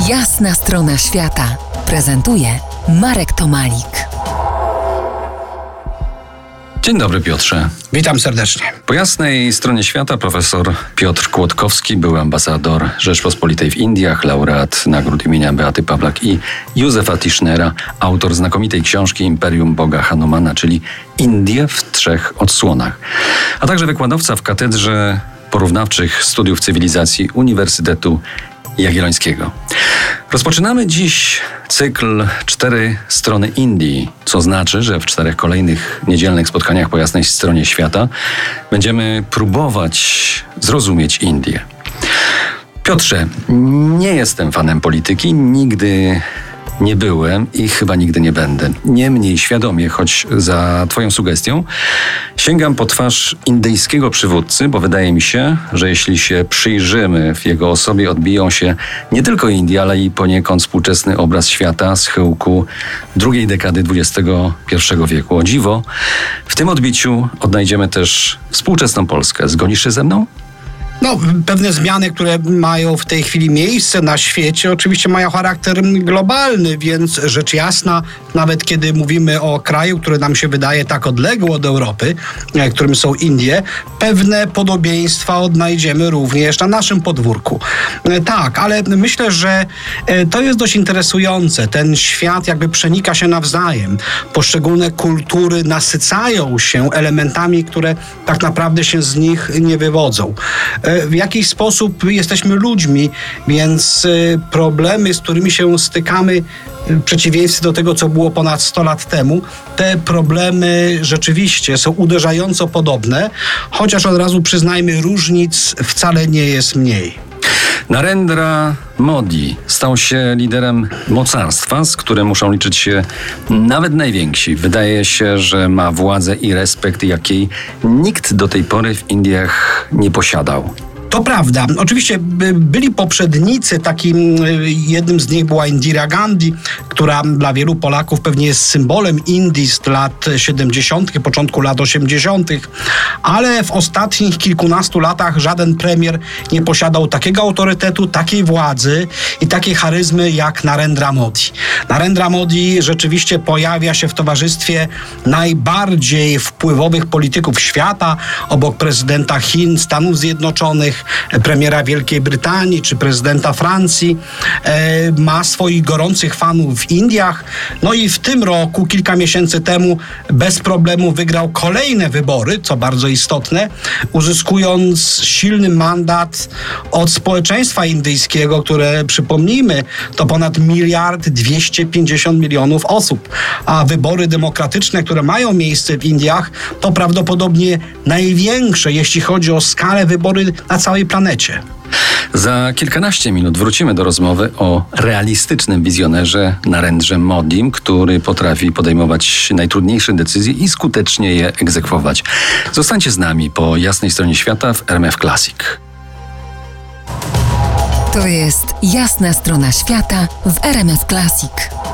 Jasna strona świata prezentuje Marek Tomalik. Dzień dobry, Piotrze. Witam serdecznie. Po jasnej stronie świata profesor Piotr Kłodkowski, były ambasador Rzeczpospolitej w Indiach, laureat nagród imienia Beaty Pawlak i Józefa Tischnera, autor znakomitej książki Imperium Boga Hanumana, czyli Indie w 3 odsłonach, a także wykładowca w Katedrze Porównawczych Studiów Cywilizacji Uniwersytetu Jagiellońskiego. Rozpoczynamy dziś cykl 4 strony Indii, co znaczy, że w 4 kolejnych niedzielnych spotkaniach po jasnej stronie świata będziemy próbować zrozumieć Indię. Piotrze, nie jestem fanem polityki, nigdy nie byłem i chyba nigdy nie będę. Niemniej świadomie, choć za twoją sugestią, sięgam po twarz indyjskiego przywódcy, bo wydaje mi się, że jeśli się przyjrzymy w jego osobie, odbiją się nie tylko Indie, ale i poniekąd współczesny obraz świata z chyłku drugiej dekady XXI wieku. O dziwo, w tym odbiciu odnajdziemy też współczesną Polskę. Zgodzisz się ze mną? Pewne zmiany, które mają w tej chwili miejsce na świecie, oczywiście mają charakter globalny, więc rzecz jasna, nawet kiedy mówimy o kraju, który nam się wydaje tak odległy od Europy, którym są Indie, pewne podobieństwa odnajdziemy również na naszym podwórku. Tak, ale myślę, że to jest dość interesujące. Ten świat jakby przenika się nawzajem. Poszczególne kultury nasycają się elementami, które tak naprawdę się z nich nie wywodzą. W jakiś sposób jesteśmy ludźmi, więc problemy, z którymi się stykamy, w przeciwieństwie do tego, co było ponad 100 lat temu, te problemy rzeczywiście są uderzająco podobne, chociaż od razu przyznajmy, różnic wcale nie jest mniej. Narendra Modi stał się liderem mocarstwa, z którym muszą liczyć się nawet najwięksi. Wydaje się, że ma władzę i respekt, jakiej nikt do tej pory w Indiach nie posiadał. To prawda. Oczywiście byli poprzednicy, jednym z nich była Indira Gandhi, która dla wielu Polaków pewnie jest symbolem Indii z lat 70., początku lat 80., ale w ostatnich kilkunastu latach żaden premier nie posiadał takiego autorytetu, takiej władzy i takiej charyzmy jak Narendra Modi. Narendra Modi rzeczywiście pojawia się w towarzystwie najbardziej wpływowych polityków świata, obok prezydenta Chin, Stanów Zjednoczonych, premiera Wielkiej Brytanii czy prezydenta Francji. Ma swoich gorących fanów w Indiach. No i w tym roku, kilka miesięcy temu, bez problemu wygrał kolejne wybory, co bardzo istotne, uzyskując silny mandat od społeczeństwa indyjskiego, które, przypomnijmy, to ponad 1,250 mld osób. A wybory demokratyczne, które mają miejsce w Indiach, to prawdopodobnie największe, jeśli chodzi o skalę, wybory na całej planecie. Za kilkanaście minut wrócimy do rozmowy o realistycznym wizjonerze Narendrze Modim, który potrafi podejmować najtrudniejsze decyzje i skutecznie je egzekwować. Zostańcie z nami po jasnej stronie świata w RMF Classic. To jest jasna strona świata w RMF Classic.